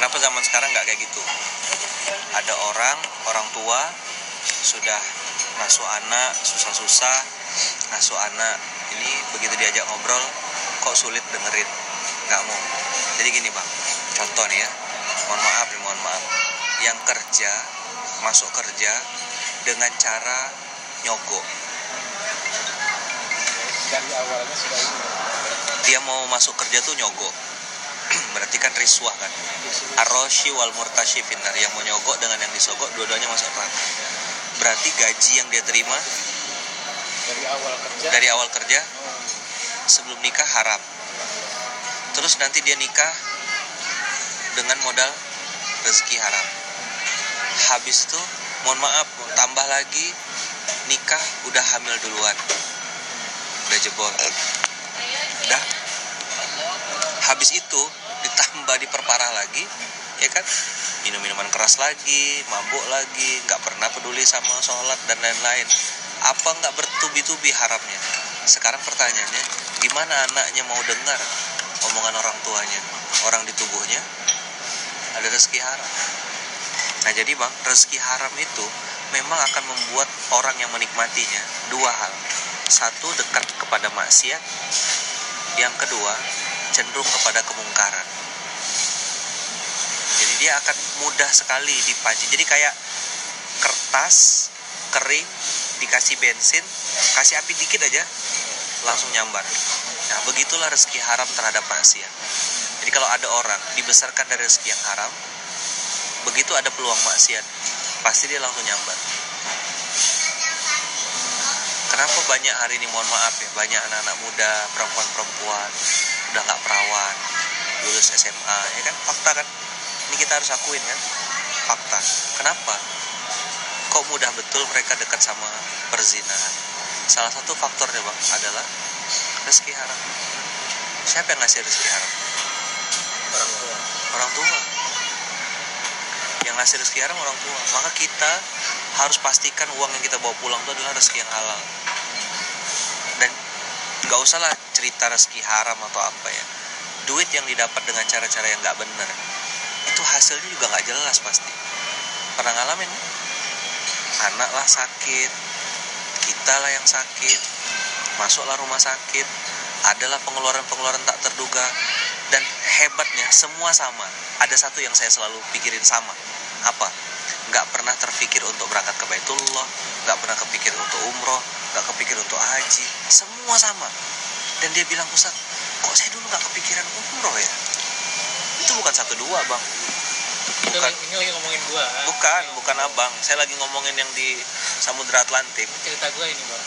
Kenapa zaman sekarang nggak kayak gitu? Ada orang tua sudah ngasuh anak susah-susah, ngasuh anak ini begitu diajak ngobrol kok sulit dengerin, nggak mau. Jadi gini bang, contoh nih ya, mohon maaf, yang kerja masuk kerja dengan cara nyogok. Dari awalnya sudah ini. Dia mau masuk kerja tuh nyogok. Berarti kan riswah kan. Ar-rashi wal murtashi finnar, yang mau nyogok dengan yang disogok dua-duanya masuk neraka. Berarti gaji yang dia terima dari awal kerja sebelum nikah haram. Terus nanti dia nikah dengan modal rezeki haram. Habis itu mohon maaf, tambah lagi nikah udah hamil duluan, udah jebol. Dah habis itu ditambah diperparah lagi, ya kan, minum-minuman keras lagi, mabuk lagi, nggak pernah peduli sama sholat dan lain-lain. Apa nggak bertubi-tubi haramnya? Sekarang pertanyaannya, gimana anaknya mau dengar omongan orang tuanya? Orang di tubuhnya ada rezeki haram. Nah jadi bang, rezeki haram itu memang akan membuat orang yang menikmatinya dua hal. Satu, dekat kepada maksiat. Yang kedua, cenderung kepada kemungkaran. Jadi dia akan mudah sekali dipancing. Jadi kayak kertas kering dikasih bensin, kasih api dikit aja langsung nyambar. Nah begitulah rezeki haram terhadap maksiat. Jadi kalau ada orang dibesarkan dari rezeki yang haram, begitu ada peluang maksiat pasti dia langsung nyambar. Kenapa banyak hari ini, mohon maaf ya, banyak anak-anak muda, perempuan-perempuan udah gak perawan, lulus SMA, ya kan, fakta kan, ini kita harus akuin kan, fakta. Kenapa? Kok mudah betul mereka dekat sama perzinahan? Salah satu faktornya bang adalah rezeki haram. Siapa yang ngasih rezeki haram? Orang tua. Yang ngasih rezeki haram orang tua. Maka kita harus pastikan uang yang kita bawa pulang itu adalah rezeki yang halal. Dan nggak usahlah cerita rezeki haram atau apa ya. Duit yang didapat dengan cara-cara yang nggak benar, itu hasilnya juga nggak jelas pasti. Pernah ngalamin? Anak lah sakit, kita lah yang sakit, masuklah rumah sakit, adalah pengeluaran-pengeluaran tak terduga. Dan hebatnya semua sama. Ada satu yang saya selalu pikirin sama. Apa? Nggak pernah terpikir untuk berangkat ke Baitullah, nggak pernah kepikir untuk umroh, nggak kepikir untuk haji. Semua sama. Dan dia bilang, Ustaz, kok saya dulu nggak kepikiran umroh ya? Itu bukan 1-2 bang. Bukan. Ini lagi ngomongin gua. Bukan abang. Saya lagi ngomongin yang di Samudra Atlantik. Cerita gua ini bang.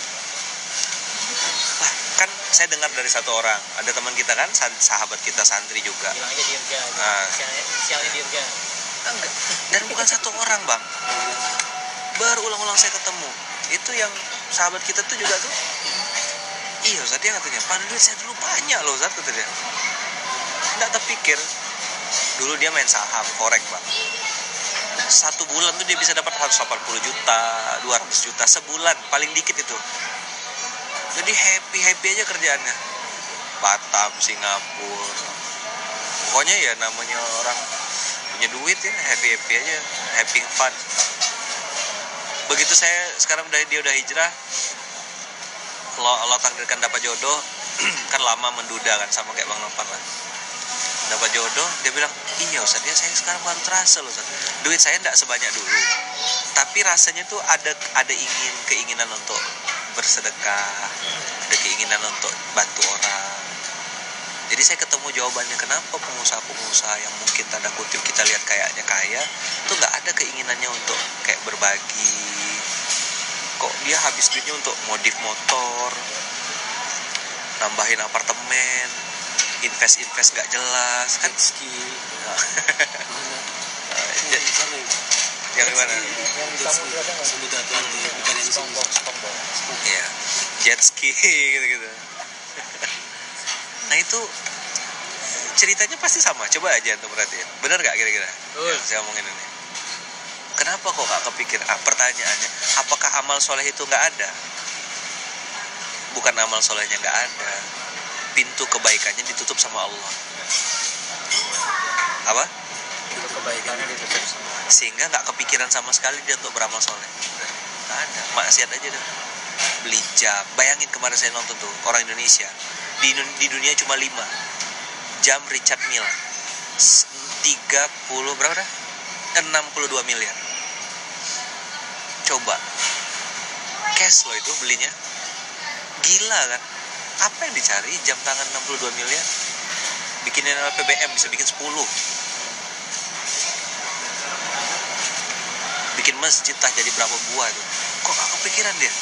Kan saya dengar dari satu orang, ada teman kita kan, sahabat kita santri juga. Bilang aja Dirga. Inisialnya Dirga. Enggak. Dan bukan satu orang bang. Berulang-ulang saya ketemu. Itu yang sahabat kita tuh juga tuh. Iya Ustaz, dia katanya, Pak duit saya dulu banyak loh Ustaz, kata dia. Nggak terpikir. Dulu dia main saham, forex bang. 1 bulan tuh dia bisa dapat 180 juta, 200 juta sebulan, paling dikit itu. Jadi happy aja kerjaannya. Batam, Singapura. Pokoknya ya namanya orang punya duit ya, happy aja, having fun. Begitu saya sekarang dia udah hijrah, Allah takdirkan dapat jodoh, kan lama menduda kan, sama kayak Bang Nopan lah. Dapat jodoh, dia bilang, iya Ustaz, ya saya sekarang baru terasa loh Ustaz. Duit saya enggak sebanyak dulu, tapi rasanya tuh ada keinginan untuk bersedekah, ada keinginan untuk bantu orang. Jadi saya ketemu jawabannya, kenapa pengusaha-pengusaha yang mungkin tanda kutip kita lihat kayaknya kaya tuh nggak ada keinginannya untuk kayak berbagi. Kok dia habis duitnya untuk modif motor, nambahin apartemen, invest nggak jelas kan. Yang gimana? Yang di Samudra Atlantik, bukan yang di sini. Iya, jet ski gitu. Nah itu ceritanya pasti sama. Coba aja untuk perhatiin. Benar nggak kira-kira? Yang saya omongin ini. Kenapa kok nggak kepikir? Pertanyaannya, apakah amal soleh itu nggak ada? Bukan amal solehnya nggak ada. Pintu kebaikannya ditutup sama Allah. Apa? Pintu kebaikan ditutup semua. Sehingga nggak kepikiran sama sekali dia untuk beramal soleh. Nggak ada, maksiat aja deh. Beli jam, bayangin kemarin saya nonton tuh orang Indonesia di dunia cuma 5 jam Richard Mille 30 berapa dah? 62 miliar. Coba cash loh itu belinya, gila kan? Apa yang dicari jam tangan 62 miliar? Bikinin LPBM bisa bikin 10. Bikin masjid tah jadi berapa buah itu. Kok gak kepikiran dia?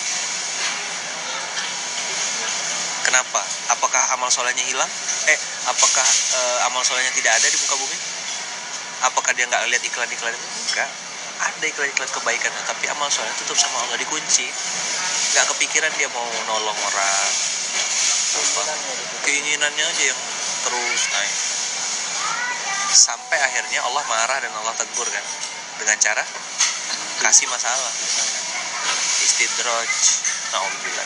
Kenapa? Apakah amal solehnya hilang? Apakah amal solehnya tidak ada di muka bumi? Apakah dia gak lihat iklan-iklan itu? Enggak. Ada iklan-iklan kebaikan, tapi amal solehnya tutup sama Allah, dikunci. Gak kepikiran dia mau nolong orang. Keinginannya aja yang terus naik. Sampai akhirnya Allah marah dan Allah tegur kan, dengan cara kasih masalah, istidraj. Na'udzubillah.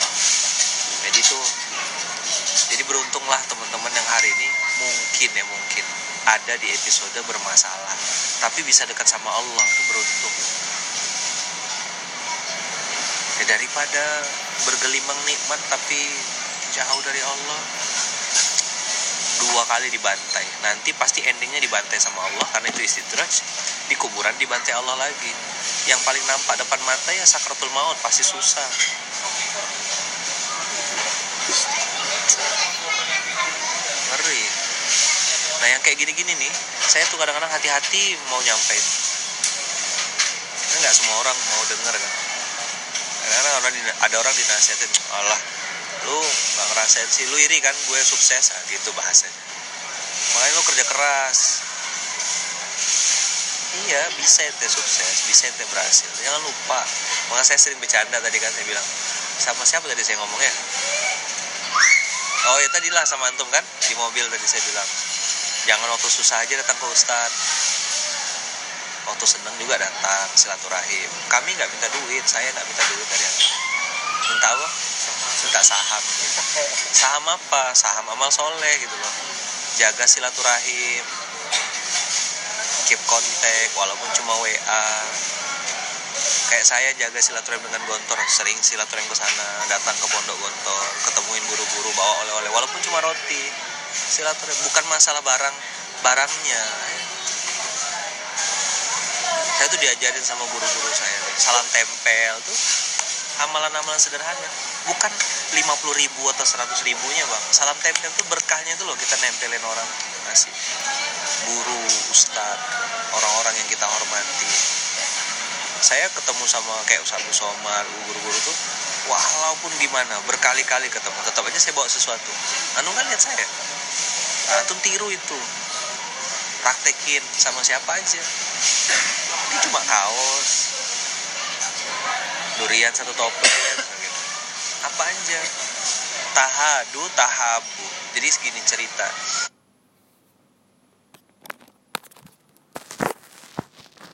Jadi beruntunglah teman-teman yang hari ini mungkin ada di episode bermasalah, tapi bisa dekat sama Allah, itu beruntung. Ya, daripada bergelimang nikmat tapi jauh dari Allah, 2 kali dibantai. Nanti pasti endingnya dibantai sama Allah, karena itu istidraj. Di kuburan dibantai Allah lagi. Yang paling nampak depan mata ya sakratul maut, pasti susah. Ngeri. Nah yang kayak gini-gini nih, saya tuh kadang-kadang hati-hati mau nyampein. Karena gak semua orang mau denger kan. Kadang-kadang ada orang dinasihatin, alah lu gak ngerasain sih, lu iri kan gue sukses, gitu bahasanya. Makanya lu kerja keras. Iya, bisa ente sukses, bisa ente berhasil, jangan lupa. Makanya saya sering bercanda tadi kan, saya bilang, sama siapa tadi saya ngomongnya? Oh ya tadi lah sama antum kan, di mobil tadi saya bilang, jangan waktu susah aja datang ke Ustadz, waktu seneng juga datang, silaturahim. Kami gak minta duit, saya gak minta duit dari antum. Minta apa? Minta saham. Saham apa? Saham amal soleh gitu loh. Jaga silaturahim, keep kontak walaupun cuma WA. Kayak saya jaga silaturahim dengan Gontor, sering silaturahim ke sana, datang ke pondok Gontor, ketemuin guru-guru, bawa oleh-oleh walaupun cuma roti. Silaturahim bukan masalah barangnya. Saya tuh diajarin sama guru-guru saya, salam tempel tuh amalan-amalan sederhana, bukan 50.000 atau 100.000 bang. Salam tempel tuh berkahnya tuh loh, kita nempelin orang, ngasih guru, ustadz, orang-orang yang kita hormati. Saya ketemu sama kayak Ustaz Abu Somad, guru-guru tuh walaupun gimana berkali-kali ketemu, tetap aja saya bawa sesuatu. Antum kan lihat saya, antum tiru itu, praktekin sama siapa aja. Ini cuma kaos, durian 1 toples gitu. Apa aja, tahabu. Jadi segini cerita.